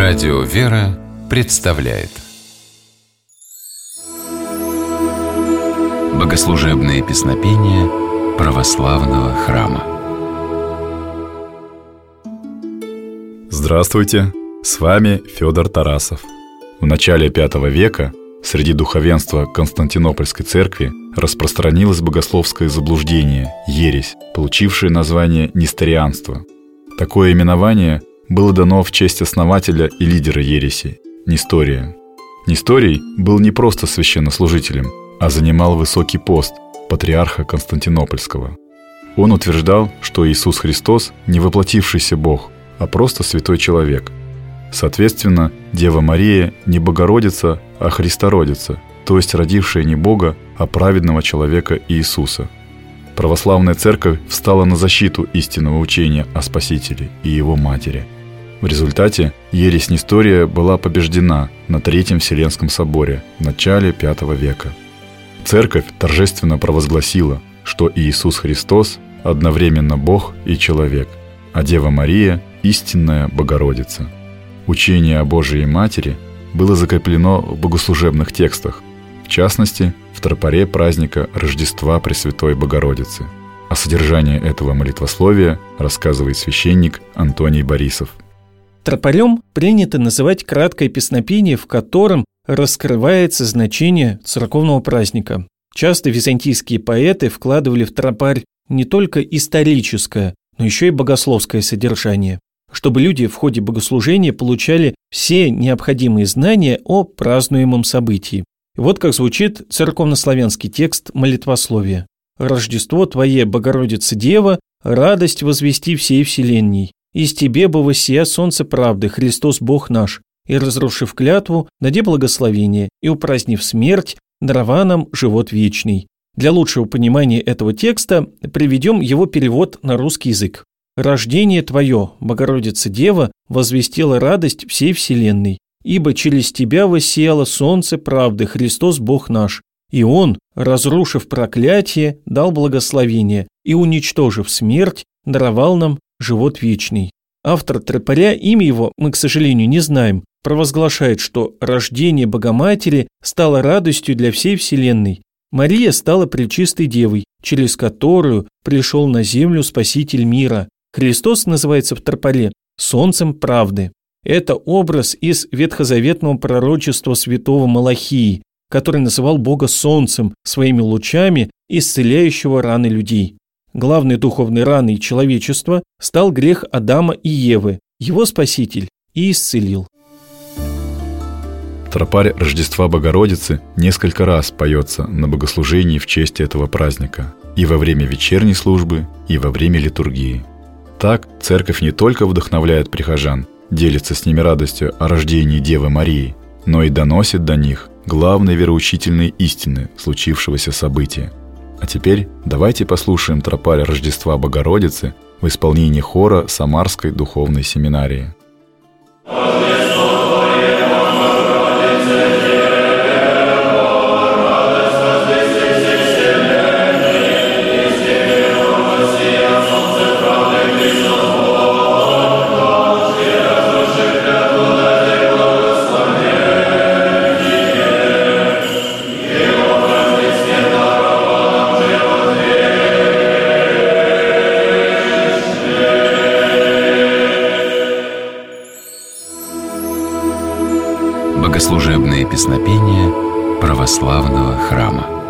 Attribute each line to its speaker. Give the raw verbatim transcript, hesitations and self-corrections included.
Speaker 1: Радио «Вера» представляет богослужебные песнопения православного храма.
Speaker 2: Здравствуйте! С вами Федор Тарасов. В начале пятого века среди духовенства Константинопольской церкви распространилось богословское заблуждение, ересь, получившее название несторианство. Такое именование было дано в честь основателя и лидера ереси – Нестория. Несторий был не просто священнослужителем, а занимал высокий пост патриарха Константинопольского. Он утверждал, что Иисус Христос не воплотившийся Бог, а просто святой человек. Соответственно, Дева Мария не Богородица, а Христородица, то есть родившая не Бога, а праведного человека Иисуса. Православная церковь встала на защиту истинного учения о Спасителе и Его Матери. В результате ересь Нестория была побеждена на Третьем Вселенском соборе в начале пятого века. Церковь торжественно провозгласила, что Иисус Христос одновременно Бог и человек, а Дева Мария – истинная Богородица. Учение о Божией Матери было закреплено в богослужебных текстах, в частности, в тропаре праздника Рождества Пресвятой Богородицы. О содержании этого молитвословия рассказывает священник Антоний Борисов.
Speaker 3: Тропарем принято называть краткое песнопение, в котором раскрывается значение церковного праздника. Часто византийские поэты вкладывали в тропарь не только историческое, но еще и богословское содержание, чтобы люди в ходе богослужения получали все необходимые знания о празднуемом событии. И вот как звучит церковнославянский текст молитвословия. «Рождество Твое, Богородица Дева, радость возвести всей вселенной. Из Тебе бы воссия солнце правды, Христос Бог наш, и, разрушив клятву, даде благословение, и, упразднив смерть, дарова нам живот вечный». Для лучшего понимания этого текста приведем его перевод на русский язык. «Рождение Твое, Богородица Дева, возвестило радость всей вселенной, ибо через Тебя воссияло солнце правды, Христос Бог наш, и Он, разрушив проклятие, дал благословение, и, уничтожив смерть, даровал нам живот вечный». Автор тропаря, имя его мы, к сожалению, не знаем, провозглашает, что рождение Богоматери стало радостью для всей вселенной. Мария стала пречистой девой, через которую пришел на землю Спаситель мира. Христос называется в тропаре «солнцем правды». Это образ из ветхозаветного пророчества святого Малахии, который называл Бога солнцем своими лучами, исцеляющего раны людей. Главной духовной раной человечества стал грех Адама и Евы. Его Спаситель и исцелил.
Speaker 2: Тропарь Рождества Богородицы несколько раз поется на богослужении в честь этого праздника и во время вечерней службы, и во время литургии. Так, церковь не только вдохновляет прихожан, делится с ними радостью о рождении Девы Марии, но и доносит до них главные вероучительные истины случившегося события. А теперь давайте послушаем тропарь Рождества Богородицы в исполнении хора Самарской духовной семинарии.
Speaker 1: Богослужебные песнопения православного храма.